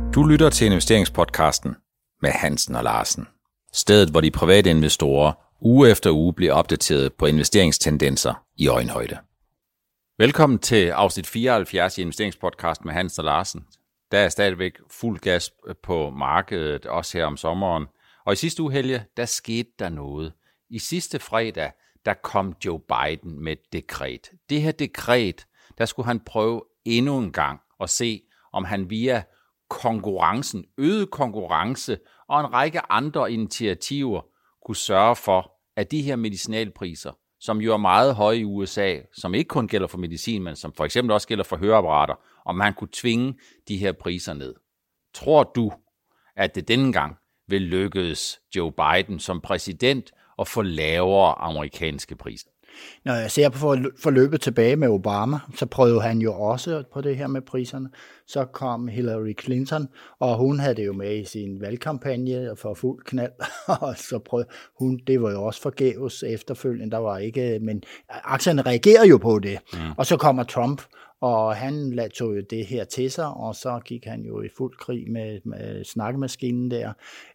Du lytter til investeringspodcasten med Hansen og Larsen. Stedet, hvor de private investorer uge efter uge bliver opdateret på investeringstendenser i øjenhøjde. Velkommen til afsnit 74 i investeringspodcasten med Hansen og Larsen. Der er stadigvæk fuld gas på markedet, også her om sommeren. Og i sidste uge, Helge, der skete der noget. I sidste fredag, der kom Joe Biden med et dekret. Det her dekret, der skulle han prøve endnu en gang at se, om han via konkurrencen, øget konkurrence og en række andre initiativer kunne sørge for, at de her medicinalpriser, som jo er meget høje i USA, som ikke kun gælder for medicin, men som for eksempel også gælder for høreapparater, om man kunne tvinge de her priser ned. Tror du, at det denne gang vil lykkes Joe Biden som præsident at få lavere amerikanske priser? Når jeg ser på forløbet tilbage med Obama, så prøvede han jo også på det her med priserne. Så kom Hillary Clinton, og hun havde det jo med i sin valgkampagne for fuld knald. Og så prøvede hun, det var jo også forgæves efterfølgende, der var ikke, men aktierne reagerer jo på det. Og så kommer Trump, og han tog jo det her til sig, og så gik han jo i fuld krig med snakkemaskinen der,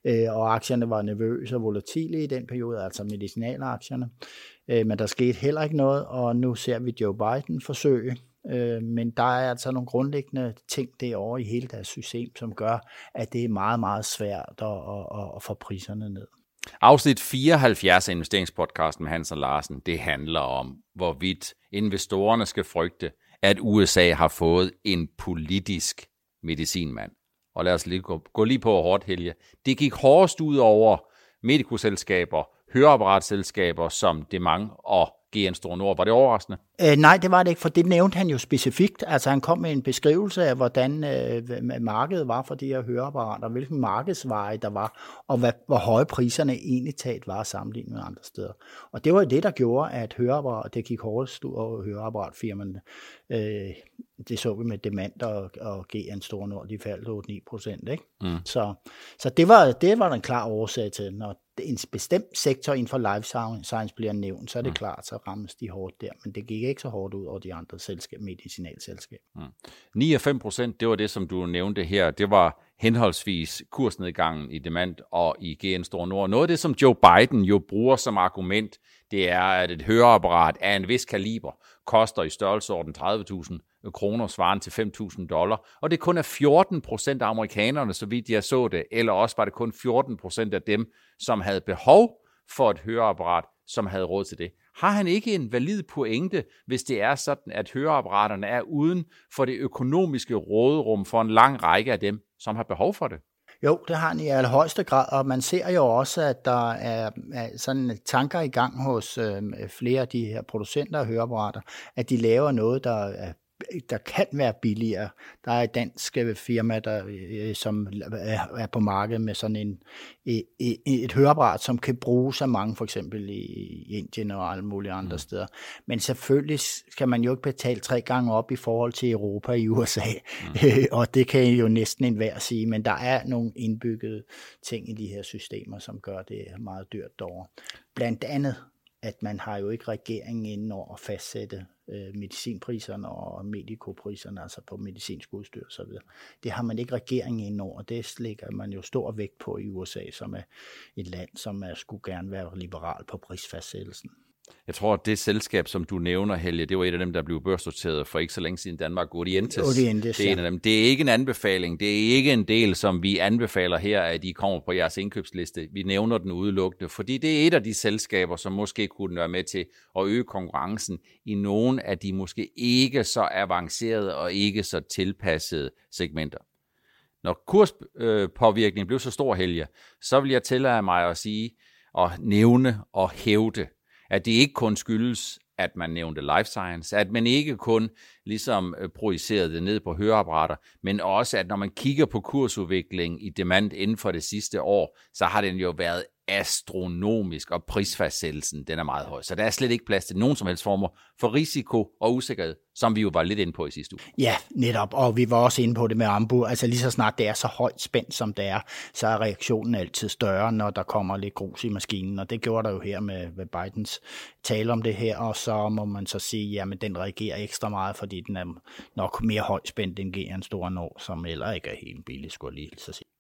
og aktierne var nervøse og volatile i den periode, altså medicinalaktierne. Men der skete heller ikke noget, og nu ser vi Joe Biden forsøge. Men der er altså nogle grundlæggende ting derovre i hele deres system, som gør, at det er meget, meget svært at få priserne ned. Afsnit 74 af investeringspodcasten med Hansen og Larsen, det handler om, hvorvidt investorerne skal frygte, at USA har fået en politisk medicinmand. Og lad os gå lige på hårdt, Helge. Det gik hårdest ud over medikoselskaber, høreapparatselskaber som Demant og GN Store Nord. Var det overraskende? Nej, det var det ikke, for det nævnte han jo specifikt. Altså han kom med en beskrivelse af, hvordan markedet var for de her høreapparater, hvilken markedsveje der var, og hvor høje priserne egentlig talt var sammenlignet med andre steder. Og det var jo det, der gjorde, at det gik hårdest ud over høreapparatfirmaerne. Det så vi med Demant og GN Store Nord, de faldt 8-9%, ikke? Så det var en klar årsag til, når en bestemt sektor inden for life science bliver nævnt, så er det klart, så rammes de hårdt der. Men det gik ikke så hårdt ud over de andre medicinalselskaber. 9-5%, det var det, som du nævnte her. Det var henholdsvis kursnedgangen i Demant og i GN Store Nord. Noget af det, som Joe Biden jo bruger som argument, det er, at et høreapparat af en vis kaliber koster i størrelsesorden 30.000 kroner, svarende til $5.000, og det kun er 14% af amerikanerne, så vidt jeg så det, eller også var det kun 14% af dem, som havde behov for et høreapparat, som havde råd til det. Har han ikke en valid pointe, hvis det er sådan, at høreapparaterne er uden for det økonomiske råderum for en lang række af dem, som har behov for det? Jo, det har han i allerhøjeste grad, og man ser jo også, at der er sådan tanker i gang hos flere af de her producenter af høreapparater, at de laver noget, der kan være billigere. Der er et dansk firma, som er på markedet med sådan et høreapparat, som kan bruges af mange, for eksempel i Indien og alle mulige andre steder. Men selvfølgelig skal man jo ikke betale 3 gange op i forhold til Europa i USA, og det kan jo næsten enhver sige, men der er nogle indbyggede ting i de her systemer, som gør det meget dyrt derovre. Blandt andet, at man har jo ikke regeringen inden over at fastsætte medicinpriserne og medikopriserne, altså på medicinsk udstyr og så videre. Det har man ikke regeringen inden over. Det lægger man jo stor vægt på i USA, som er et land, som skulle gerne være liberal på prisfastsættelsen. Jeg tror, at det selskab, som du nævner, Helge, det var et af dem, der blev børsnoteret for ikke så længe siden Danmark. Audientes. Det er en af dem. Det er ikke en anbefaling. Det er ikke en del, som vi anbefaler her, at de kommer på jeres indkøbsliste. Vi nævner den udelukkende, fordi det er et af de selskaber, som måske kunne være med til at øge konkurrencen i nogle af de måske ikke så avancerede og ikke så tilpassede segmenter. Når kurspåvirkningen blev så stor, Helge, så vil jeg tillade mig at sige og nævne og hævde, at det ikke kun skyldes, at man nævnte life science, at man ikke kun ligesom projicerede det ned på høreapparater, men også, at når man kigger på kursudviklingen i Demant inden for det sidste år, så har den jo været astronomisk, og prisfastsættelsen, den er meget høj. Så der er slet ikke plads til nogen som helst former for risiko og usikkerhed, som vi jo var lidt inde på i sidste uge. Ja, netop, og vi var også inde på det med Ambu. Altså lige så snart det er så højt spændt, som det er, så er reaktionen altid større, når der kommer lidt grus i maskinen, og det gjorde der jo her med Bidens tale om det her, og så må man så sige, jamen den reagerer ekstra meget, fordi den er nok mere højt spændt end en stor når, som heller ikke er helt billig, skulle jeg lige så sige.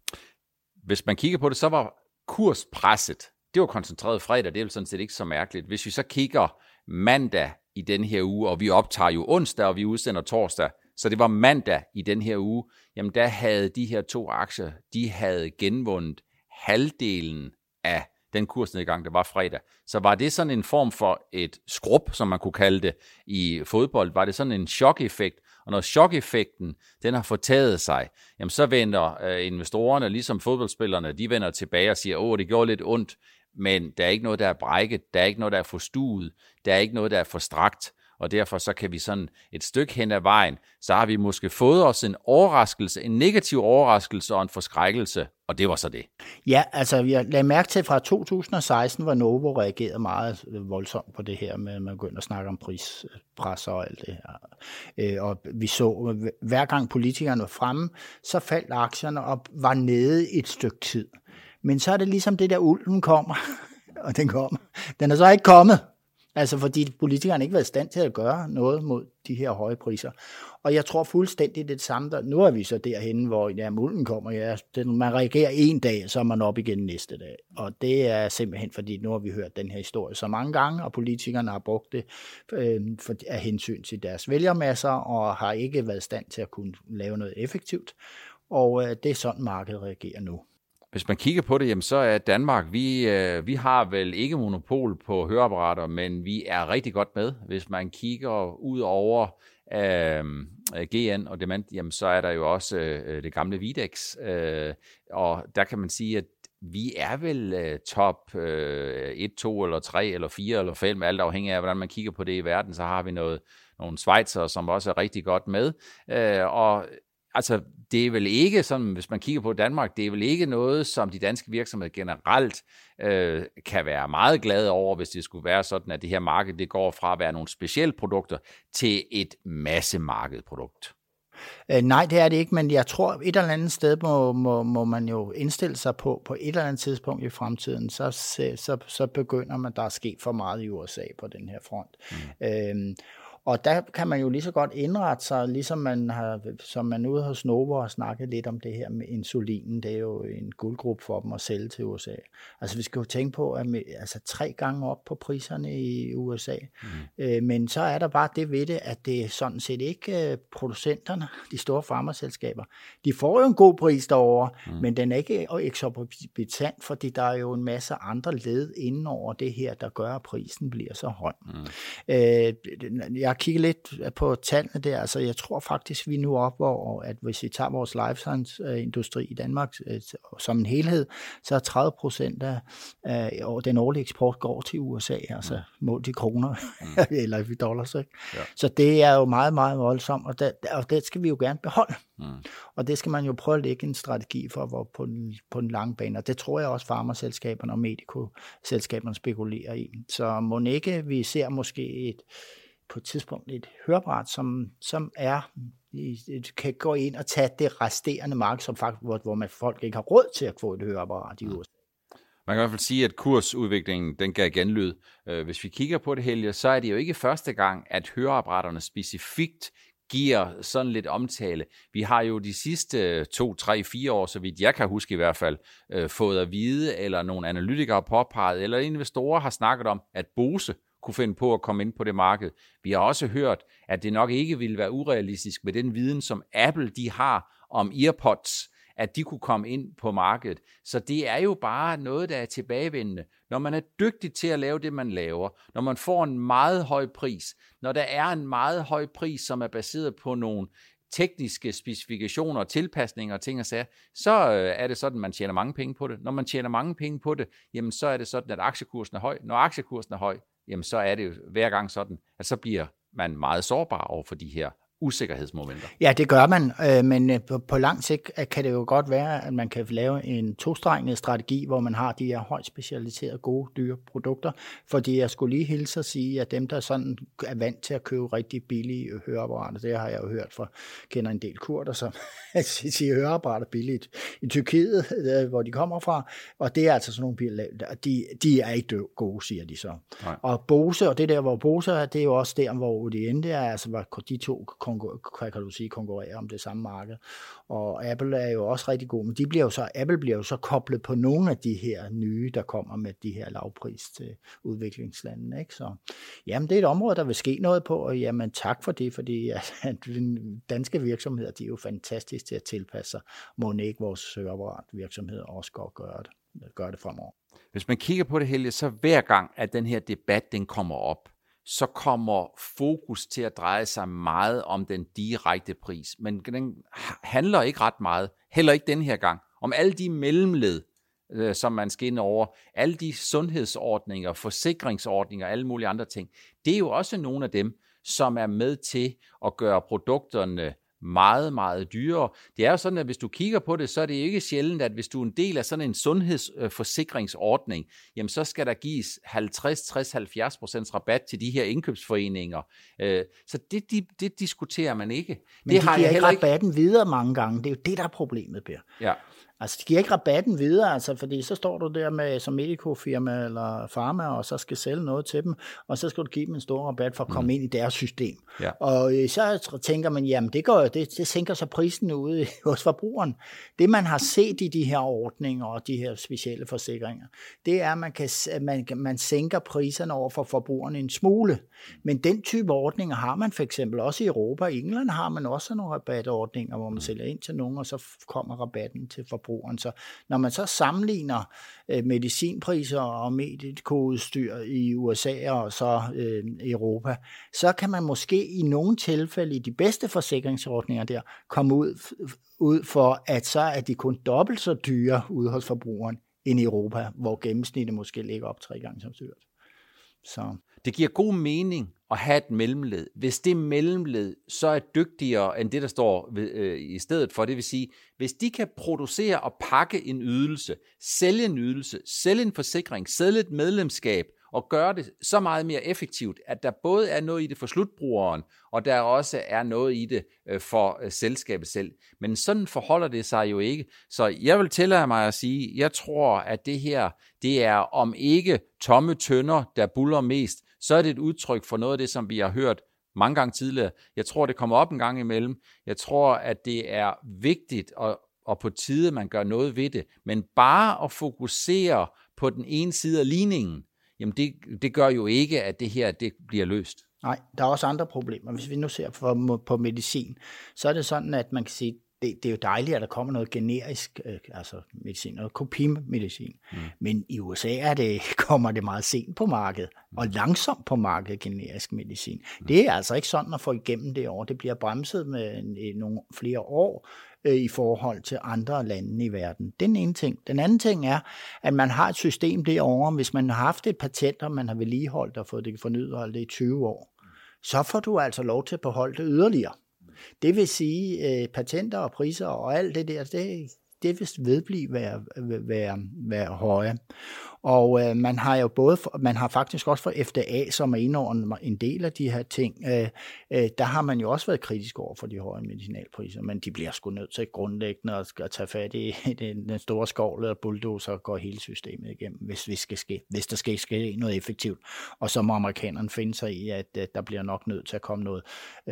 Hvis man kigger på det, så var kurspresset, det var koncentreret fredag, det er jo sådan set ikke så mærkeligt. Hvis vi så kigger mandag i den her uge, og vi optager jo onsdag, og vi udsender torsdag, så det var mandag i den her uge, jamen der havde de her 2 aktier, de havde genvundet halvdelen af den kursnedgang, der var fredag. Så var det sådan en form for et skrub, som man kunne kalde det i fodbold, var det sådan en chok-effekt, og når chok-effekten, den har fortaget sig, jamen så vender investorerne, ligesom fodboldspillerne, de vender tilbage og siger, det gjorde lidt ondt, men der er ikke noget, der er brækket, der er ikke noget, der er forstuet, der er ikke noget, der er for strakt, og derfor så kan vi sådan et stykke hen ad vejen, så har vi måske fået os en overraskelse, en negativ overraskelse og en forskrækkelse, og det var så det. Ja, altså jeg lagde mærke til fra 2016, hvor Novo reagerede meget voldsomt på det her med, at man begyndte at snakke om prispres og alt det her. Og vi så, hver gang politikerne var fremme, så faldt aktierne og var nede et stykke tid. Men så er det ligesom det der ulven kommer, og den kommer. Den er så ikke kommet. Altså fordi politikerne ikke været i stand til at gøre noget mod de her høje priser. Og jeg tror fuldstændig det samme. Nu er vi så derhenne, hvor mulden kommer. Man reagerer en dag, så er man op igen næste dag. Og det er simpelthen fordi, nu har vi hørt den her historie så mange gange, og politikerne har brugt det af hensyn til deres vælgermasser, og har ikke været i stand til at kunne lave noget effektivt. Og det er sådan, markedet reagerer nu. Hvis man kigger på det, jamen, så er Danmark, vi har vel ikke monopol på høreapparater, men vi er rigtig godt med. Hvis man kigger ud over GN og Demant, jamen, så er der jo også det gamle Videx. Og der kan man sige, at vi er vel top 1, 2 eller 3 eller 4 eller 5, alt afhængig af, hvordan man kigger på det i verden. Så har vi nogle schweizere, som også er rigtig godt med. Og altså, det er vel ikke sådan, hvis man kigger på Danmark, det er vel ikke noget, som de danske virksomheder generelt kan være meget glade over, hvis det skulle være sådan, at det her marked, det går fra at være nogle specielle produkter til et massemarkedprodukt. Nej, det er det ikke, men jeg tror, et eller andet sted må man jo indstille sig på et eller andet tidspunkt i fremtiden, så begynder man, der er sket for meget i USA på den her front. Og der kan man jo lige så godt indrette sig, ligesom man ude hos Novo har snakket lidt om det her med insulinen. Det er jo en guldgruppe for dem at sælge til USA. Altså vi skal jo tænke på, at 3 gange op på priserne i USA. Men så er der bare det ved det, at det er sådan set ikke producenterne, de store farmaselskaber. De får jo en god pris derovre, men den er ikke eksorbitant, fordi der er jo en masse andre led inden over det her, der gør, at prisen bliver så høj. Jeg kigger lidt på tallene der, altså jeg tror faktisk, vi er nu op, hvor at hvis vi tager vores life science-industri i Danmark som en helhed, så er 30% af den årlige eksport går til USA, altså målt i kroner, eller i dollars, ikke? Ja. Så det er jo meget, meget voldsomt, og det skal vi jo gerne beholde. Og det skal man jo prøve at lægge en strategi for på den lange bane, og det tror jeg også farmaselskaberne og medikoselskaberne spekulerer i. Så må ikke, vi ser måske på et tidspunkt et høreapparat, som kan gå ind og tage det resterende marked, som faktisk, hvor folk ikke har råd til at få et høreapparat i USA. Man kan i hvert fald sige, at kursudviklingen, den gav genlyd. Hvis vi kigger på det, Helge, så er det jo ikke første gang, at høreapparaterne specifikt giver sådan lidt omtale. Vi har jo de sidste 2, 3, 4 år, så vidt jeg kan huske i hvert fald, fået at vide, eller nogle analytikere har påpeget, eller investorer har snakket om, at Bose kunne finde på at komme ind på det marked. Vi har også hørt, at det nok ikke ville være urealistisk med den viden, som Apple de har om EarPods, at de kunne komme ind på markedet. Så det er jo bare noget, der er tilbagevendende. Når man er dygtig til at lave det, man laver, når man får en meget høj pris, når der er en meget høj pris, som er baseret på nogle tekniske specifikationer og tilpasninger og ting og sager, så er det sådan, at man tjener mange penge på det. Når man tjener mange penge på det, jamen så er det sådan, at aktiekursen er høj. Når aktiekursen er høj, jamen så er det jo hver gang sådan, at så bliver man meget sårbar over for de her usikkerhedsmomenter. Ja, det gør man, men på lang sigt kan det jo godt være, at man kan lave en tostrenget strategi, hvor man har de her højt specialiserede, gode, dyre produkter, fordi jeg skulle lige hilse at sige, at dem, der sådan er vant til at købe rigtig billige høreapparater, det har jeg jo hørt fra, kender en del kurder, som siger høreapparater billigt i Tyrkiet, hvor de kommer fra, og det er altså sådan nogle biler, de er ikke gode, siger de så. Nej. Og Bose, og det der, hvor Bose er, det er jo også der, hvor Audient er, altså hvor de to kan du sige, konkurrerer om det samme marked. Og Apple er jo også rigtig god, men Apple bliver jo så koblet på nogle af de her nye, der kommer med de her lavpris til udviklingslandene, ikke? Så jamen, det er et område, der vil ske noget på, og jamen tak for det, fordi at danske virksomheder, de er jo fantastiske til at tilpasse sig. Må ikke vores høreapparatvirksomheder også godt gøre det fremover. Hvis man kigger på det, Helge, så hver gang, at den her debat, den kommer op, så kommer fokus til at dreje sig meget om den direkte pris. Men den handler ikke ret meget, heller ikke den her gang, om alle de mellemled, som man skal ind over, alle de sundhedsordninger, forsikringsordninger, alle mulige andre ting. Det er jo også nogle af dem, som er med til at gøre produkterne meget, meget dyrere. Det er jo sådan, at hvis du kigger på det, så er det ikke sjældent, at hvis du er en del af sådan en sundhedsforsikringsordning, jamen så skal der gives 50, 60, 70% rabat til de her indkøbsforeninger. Så det diskuterer man ikke. Men det de giver ikke rabatten videre mange gange. Det er jo det, der er problemet, Per. Ja. Altså, de giver ikke rabatten videre, altså, fordi så står du der med som medicofirma eller farma, og så skal sælge noget til dem, og så skal du give dem en stor rabat for at komme ind i deres system. Ja. Og så tænker man, jamen det sænker så prisen ude hos forbrugeren. Det man har set i de her ordninger og de her specielle forsikringer, det er, at man sænker priserne over for forbrugerne en smule. Men den type ordninger har man for eksempel også i Europa. I England har man også nogle rabatordninger, hvor man sælger ind til nogen, og så kommer rabatten til forbrugeren. Så når man så sammenligner medicinpriser og medicoudstyr i USA og så Europa, så kan man måske i nogle tilfælde i de bedste forsikringsordninger der komme ud for, at så er de kun dobbelt så dyre ude hos forbrugeren end i Europa, hvor gennemsnittet måske ligger op 3 gange så dyrt. Så det giver god mening at have et mellemled. Hvis det mellemled så er dygtigere end det, der står i stedet for, det vil sige, hvis de kan producere og pakke en ydelse, sælge en ydelse, sælge en forsikring, sælge et medlemskab og gøre det så meget mere effektivt, at der både er noget i det for slutbrugeren, og der også er noget i det for selskabet selv. Men sådan forholder det sig jo ikke. Så jeg vil tillade mig at sige, jeg tror, at det her, det er om ikke tomme tønder, der buller mest, så er det et udtryk for noget af det, som vi har hørt mange gange tidligere. Jeg tror, det kommer op en gang imellem. Jeg tror, at det er vigtigt og på tide, man gør noget ved det. Men bare at fokusere på den ene side af ligningen, jamen det gør jo ikke, at det her det bliver løst. Nej, der er også andre problemer. Hvis vi nu ser på medicin, så er det sådan, at man kan sige, det er jo dejligt, at der kommer noget generisk, altså medicin, noget kopimedicin. Men i USA kommer det meget sent på markedet, og langsomt på markedet, generisk medicin. Det er altså ikke sådan at få igennem det år. Det bliver bremset med nogle flere år i forhold til andre lande i verden. Det er den ene ting. Den anden ting er, at man har et system derovre, hvis man har haft et patent, og man har vedligeholdt og fået det fornyet i 20 år, så får du altså lov til at beholde det yderligere. Det vil sige, patenter og priser og alt det der, det vil vedblive være høje. Og man har faktisk også for FDA, som er inde over en del af de her ting, der har man jo også været kritisk over for de høje medicinalpriser, men de bliver sgu nødt til grundlæggende at tage fat i den store skovl og bulldozer og gå hele systemet igennem, hvis der skal ske noget effektivt. Og så må amerikanerne finde sig i, at der bliver nok nødt til at komme noget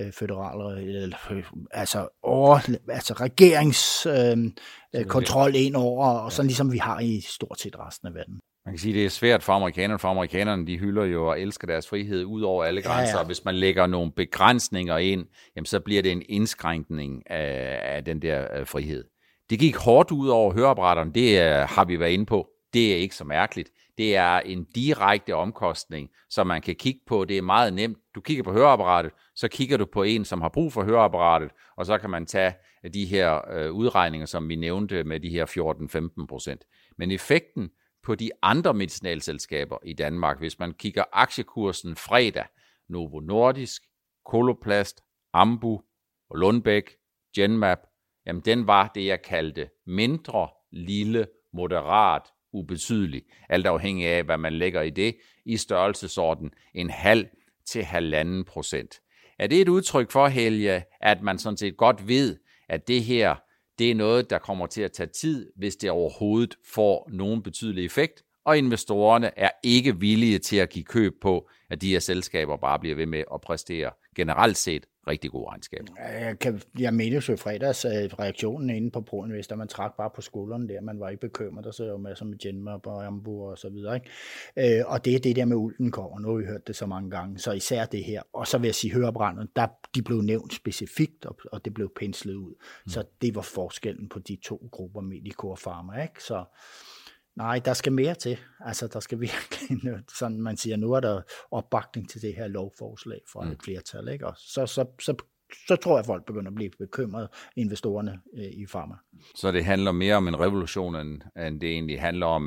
regeringskontrol ind over, og sådan ligesom vi har i stort set resten af verden. Man kan sige, at det er svært for amerikanerne, for amerikanerne de hylder jo og elsker deres frihed ud over alle grænser, og hvis man lægger nogle begrænsninger ind, jamen, så bliver det en indskrænkning af den der frihed. Det gik hårdt ud over høreapparaterne, det har vi været inde på. Det er ikke så mærkeligt. Det er en direkte omkostning, som man kan kigge på. Det er meget nemt. Du kigger på høreapparatet, så kigger du på en, som har brug for høreapparatet, og så kan man tage de her udregninger, som vi nævnte med de her 14-15%. Men effekten på de andre medicinalselskaber i Danmark, hvis man kigger aktiekursen fredag, Novo Nordisk, Coloplast, Ambu, og Lundbeck, Genmab, jamen den var det, jeg kaldte mindre, lille, moderat, ubetydelig, alt afhængig af, hvad man lægger i det, i størrelsesorden 0,5 til 1,5%. Er det et udtryk for, Helge, at man sådan set godt ved, at det her, det er noget, der kommer til at tage tid, hvis det overhovedet får nogen betydelig effekt, og investorerne er ikke villige til at give køb på, at de her selskaber bare bliver ved med at præstere generelt set rigtig gode regnskaber. Jeg mener jo fredags reaktionen inde på ProInvest, at man trak bare på skuldrene der, man var ikke bekymret, der sidder jo masser med Genmab og Ambu og så videre, ikke? Og det er det der med ulden kommer, nu har vi hørt det så mange gange, så især det her, og så vil jeg sige hørebrændet, de blev nævnt specifikt, og det blev penslet ud, så det var forskellen på de to grupper, Medico og Pharma, ikke? Så nej, der skal mere til. Altså, der skal virkelig, sådan man siger, nu er der opbakning til det her lovforslag fra et flertal, ikke? Og så tror jeg, at folk begynder at blive bekymrede, investorerne i Pharma. Så det handler mere om en revolution, end det egentlig handler om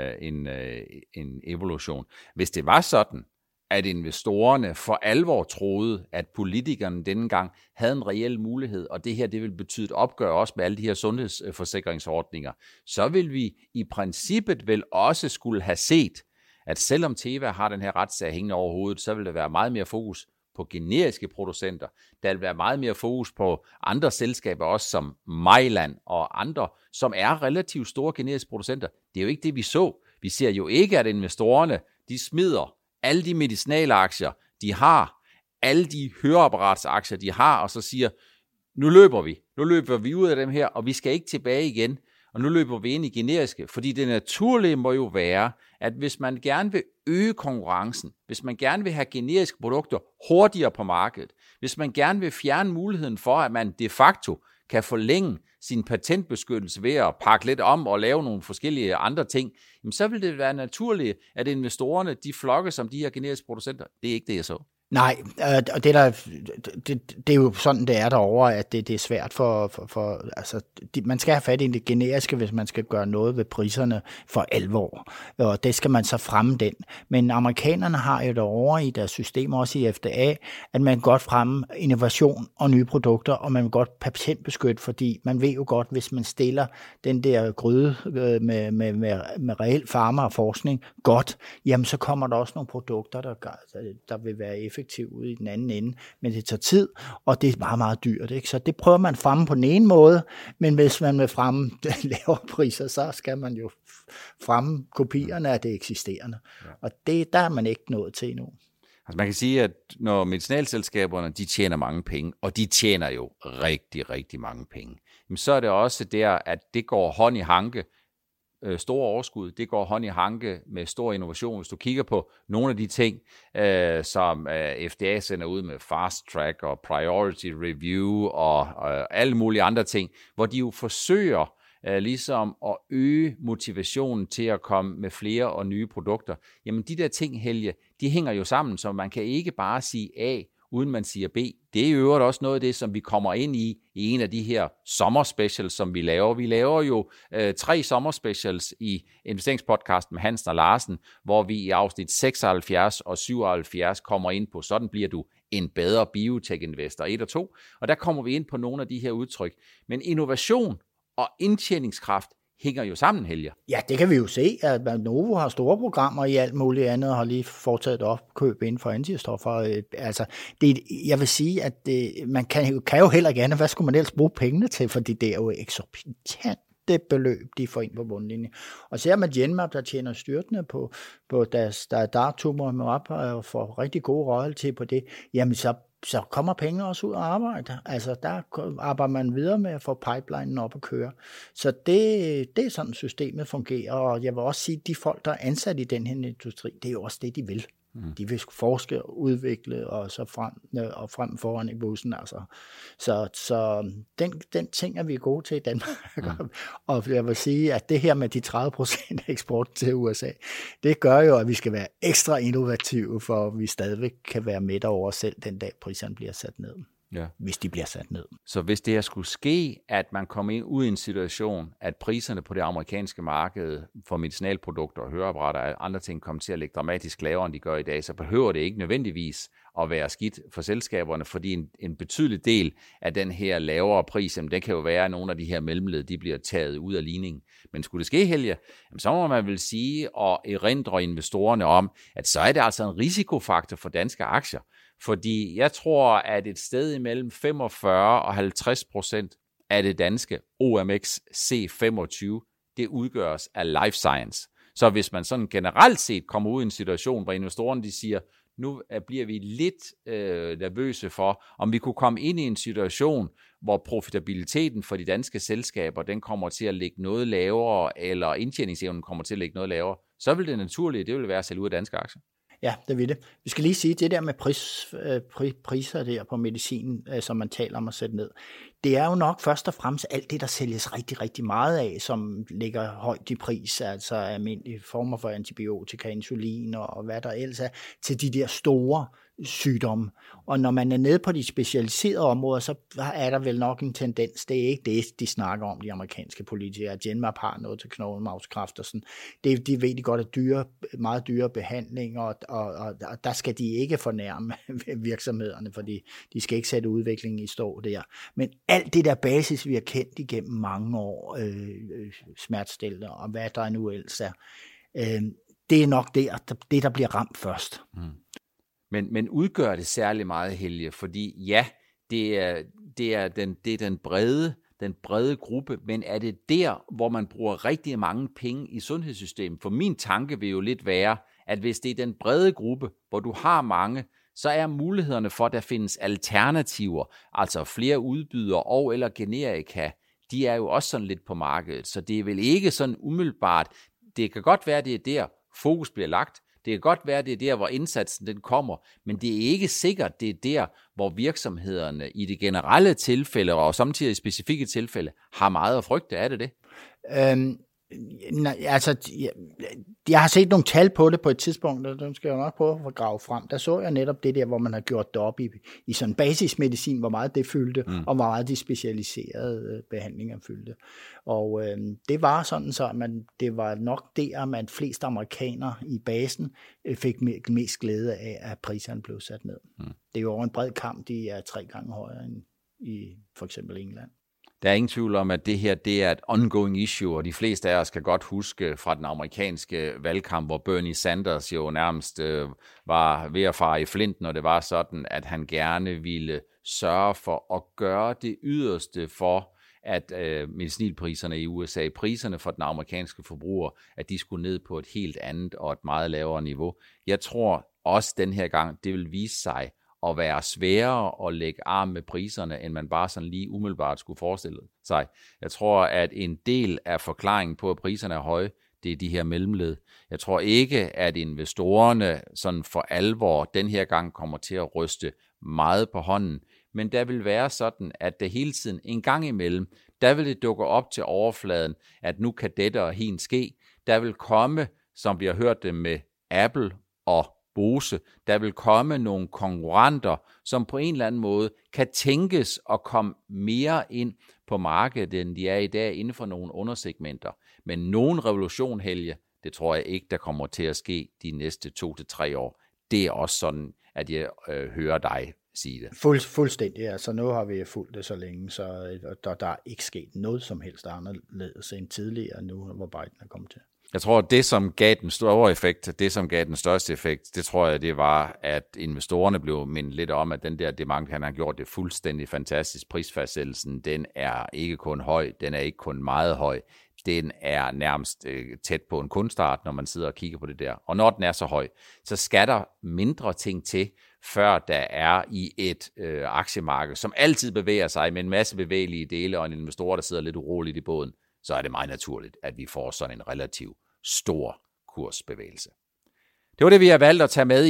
en evolution. Hvis det var sådan, at investorerne for alvor troede, at politikerne denne gang havde en reel mulighed, og det her det vil betyde et opgør også med alle de her sundhedsforsikringsordninger, så vil vi i princippet vel også skulle have set, at selvom Teva har den her retssag hængende over hovedet, så vil der være meget mere fokus på generiske producenter. Der vil være meget mere fokus på andre selskaber, også som Mylan og andre, som er relativt store generiske producenter. Det er jo ikke det, vi så. Vi ser jo ikke, at investorerne de smider alle de medicinalaktier, de har, alle de høreapparatsaktier, de har, og så siger, nu løber vi ud af dem her, og vi skal ikke tilbage igen, og nu løber vi ind i generiske, fordi det naturlige må jo være, at hvis man gerne vil øge konkurrencen, hvis man gerne vil have generiske produkter hurtigere på markedet, hvis man gerne vil fjerne muligheden for, at man de facto kan forlænge sin patentbeskyttelse ved at pakke lidt om og lave nogle forskellige andre ting, jamen så vil det være naturligt, at investorerne de flokker som de her generiske producenter. Det er ikke det, jeg så. Nej, og det er jo sådan, det er derovre, at det er svært for altså, man skal have fat i det generiske, hvis man skal gøre noget ved priserne for alvor, og det skal man så fremme den. Men amerikanerne har jo derovre i deres system, også i FDA, at man godt fremme innovation og nye produkter, og man vil godt patentbeskytte, fordi man ved jo godt, hvis man stiller den der gryde med reel farma og forskning godt, jamen så kommer der også nogle produkter, der vil være effektive ude i den anden ende, men det tager tid, og det er meget, meget dyrt, ikke? Så det prøver man fremme på den ene måde, men hvis man vil fremme lavere priser, så skal man jo fremme kopierne af det eksisterende, og det der er man ikke nået til endnu. Altså man kan sige, at når medicinalselskaberne, de tjener mange penge, og de tjener jo rigtig, rigtig mange penge, så er det også der, at det går hånd i hanke, store overskud, det går hånd i hanke med stor innovation. Hvis du kigger på nogle af de ting, som FDA sender ud med fast track og priority review og alle mulige andre ting, hvor de jo forsøger ligesom at øge motivationen til at komme med flere og nye produkter. Jamen de der ting, Helge, de hænger jo sammen, så man kan ikke bare sige A, uden man siger B. Det er i øvrigt også noget af det, som vi kommer ind i en af de her sommerspecials, som vi laver. Vi laver jo 3 sommerspecials i investeringspodcasten med Hansen og Larsen, hvor vi i afsnit 76 og 77 kommer ind på, sådan bliver du en bedre biotech-investor 1 og 2. Og der kommer vi ind på nogle af de her udtryk. Men innovation og indtjeningskraft hænger jo sammen, Helge. Ja, det kan vi jo se, at Novo har store programmer i alt muligt andet, og har lige foretaget opkøb inden for antistoffer. Altså, jeg vil sige, at man kan jo heller ikke, hvad skulle man ellers bruge pengene til, fordi det er jo eksorbitante beløb, de får ind på bundlinjen. Og ser man Genmab, der tjener styrtende på deres darttumor op og får rigtig gode royalty på det, jamen så kommer pengene også ud og arbejde. Altså, der arbejder man videre med at få pipelinen op at køre. Så det er sådan, systemet fungerer. Og jeg vil også sige, at de folk, der er ansat i den her industri, det er jo også det, de vil. De vil forske og udvikle, og så frem foran i bussen. Altså. Så den ting er vi gode til i Danmark. Og jeg vil sige, at det her med de 30% eksport til USA, det gør jo, at vi skal være ekstra innovative, for at vi stadigvæk kan være med over selv den dag priserne bliver sat ned. hvis de bliver sat ned. Så hvis det her skulle ske, at man kommer ind ud i en situation, at priserne på det amerikanske marked for medicinalprodukter og høreapparater og andre ting kommer til at ligge dramatisk lavere, end de gør i dag, så behøver det ikke nødvendigvis at være skidt for selskaberne, fordi en betydelig del af den her lavere pris, den kan jo være, at nogle af de her mellemled, de bliver taget ud af ligningen. Men skulle det ske, Helge, så må man vel sige og erindre investorerne om, at så er det altså en risikofaktor for danske aktier. Fordi jeg tror, at et sted imellem 45 og 50% af det danske OMX C25, det udgøres af life science. Så hvis man sådan generelt set kommer ud i en situation, hvor investorerne de siger, nu bliver vi lidt nervøse for, om vi kunne komme ind i en situation, hvor profitabiliteten for de danske selskaber, den kommer til at ligge noget lavere, eller indtjeningsevnen kommer til at ligge noget lavere, så vil det naturlige, det vil være at sælge ud af danske aktier. Ja, det vil det. Vi skal lige sige, det der med priser der på medicin, som man taler om at sætte ned, det er jo nok først og fremmest alt det, der sælges rigtig, rigtig meget af, som ligger højt i pris, altså almindelige former for antibiotika, insulin og hvad der ellers er, til de der store sygdomme. Og når man er nede på de specialiserede områder, så er der vel nok en tendens. Det er ikke det, de snakker om, de amerikanske politikere. At Genmab har noget til knoglemarvskræft og sådan. De ved de godt er meget dyre behandlinger, og der skal de ikke fornærme virksomhederne, fordi de skal ikke sætte udviklingen i stå der. Men alt det der basis, vi har kendt igennem mange år, smertestillende og hvad der nu ellers er, det er nok det, der bliver ramt først. Men udgør det særlig meget, Helge, fordi ja, det er den brede gruppe, men er det der, hvor man bruger rigtig mange penge i sundhedssystemet? For min tanke vil jo lidt være, at hvis det er den brede gruppe, hvor du har mange, så er mulighederne for, at der findes alternativer, altså flere udbydere og eller generika, de er jo også sådan lidt på markedet, så det er vel ikke sådan umiddelbart. Det kan godt være, det er der, fokus bliver lagt. Det kan godt være, det er der, hvor indsatsen den kommer, men det er ikke sikkert, det er der, hvor virksomhederne i det generelle tilfælde, og samtidig i specifikke tilfælde, har meget at frygte. Er det det? Altså, jeg har set nogle tal på det på et tidspunkt, og dem skal jeg nok prøve at grave frem. Der så jeg netop det der, hvor man har gjort det op i sådan basismedicin, hvor meget det fyldte, og hvor meget de specialiserede behandlinger fyldte. Og det var sådan så, det var nok der, man flest amerikanere i basen fik mest glæde af, at priserne blev sat ned. Det er jo over en bred kamp, de er 3 gange højere end i for eksempel England. Der er ingen tvivl om, at det her det er et ongoing issue, og de fleste af os kan godt huske fra den amerikanske valgkamp, hvor Bernie Sanders jo nærmest var ved at fare i flint, når det var sådan, at han gerne ville sørge for at gøre det yderste for, at medicinpriserne i USA, priserne for den amerikanske forbruger, at de skulle ned på et helt andet og et meget lavere niveau. Jeg tror også den her gang, det vil vise sig at være sværere at lægge arm med priserne, end man bare sådan lige umiddelbart skulle forestille sig. Jeg tror, at en del af forklaringen på, at priserne er høje, det er de her mellemled. Jeg tror ikke, at investorerne sådan for alvor den her gang kommer til at ryste meget på hånden, men der vil være sådan, at det hele tiden en gang imellem, der vil det dukke op til overfladen, at nu kan dette og hin ske. Der vil komme, som vi har hørt det med Apple og Bose, der vil komme nogle konkurrenter, som på en eller anden måde kan tænkes at komme mere ind på markedet, end de er i dag inden for nogle undersegmenter. Men nogen revolution, Helge, det tror jeg ikke, der kommer til at ske de næste 2 til 3 år. Det er også sådan, at jeg hører dig sige det. Fuldstændig. Altså nu har vi fulgt det så længe, så der er ikke sket noget som helst anderledes end tidligere nu, hvor Biden er kommet til. Jeg tror, at det, som gav den store effekt, det, som gav den største effekt, det tror jeg, det var, at investorerne blev mindet lidt om, at den der demand, han har gjort det fuldstændig fantastisk. Prisfastsættelsen, den er ikke kun høj, den er ikke kun meget høj. Den er nærmest tæt på en kunstart, når man sidder og kigger på det der. Og når den er så høj, så skal der mindre ting til, før der er i et aktiemarked, som altid bevæger sig med en masse bevægelige dele og en investor, der sidder lidt uroligt i båden, så er det meget naturligt, at vi får sådan en relativ stor kursbevægelse. Det var det, vi har valgt at tage med i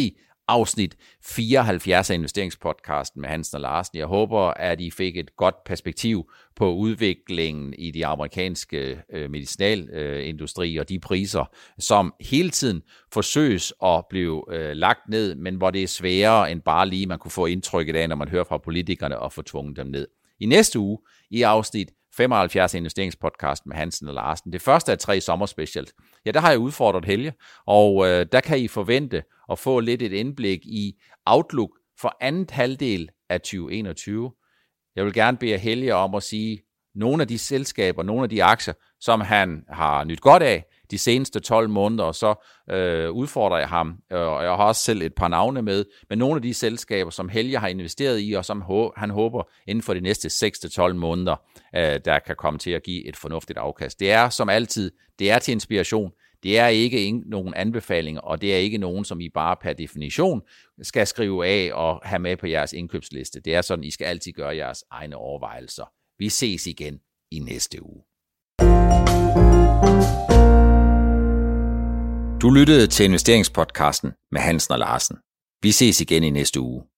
afsnit 74 af investeringspodcasten med Hansen og Larsen. Jeg håber, at I fik et godt perspektiv på udviklingen i de amerikanske medicinalindustri og de priser, som hele tiden forsøges at blive lagt ned, men hvor det er sværere end bare lige man kunne få indtrykket af, når man hører fra politikerne og få tvunget dem ned. I næste uge, i afsnit 75 af investeringspodcasten med Hansen og Larsen, det første af 3 sommerspecials, ja, der har jeg udfordret Helge, og der kan I forvente at få lidt et indblik i outlook for andet halvdel af 2021. Jeg vil gerne bede Helge om at sige nogle af de selskaber, nogle af de aktier, som han har nydt godt af de seneste 12 måneder, og så udfordrer jeg ham, og jeg har også selv et par navne med nogle af de selskaber, som Helge har investeret i, og som han håber inden for de næste 6-12 måneder, der kan komme til at give et fornuftigt afkast. Det er som altid, det er til inspiration. Det er ikke nogen anbefalinger, og det er ikke nogen, som I bare per definition skal skrive af og have med på jeres indkøbsliste. Det er sådan, I skal altid gøre jeres egne overvejelser. Vi ses igen i næste uge. Du lyttede til investeringspodcasten med Hansen og Larsen. Vi ses igen i næste uge.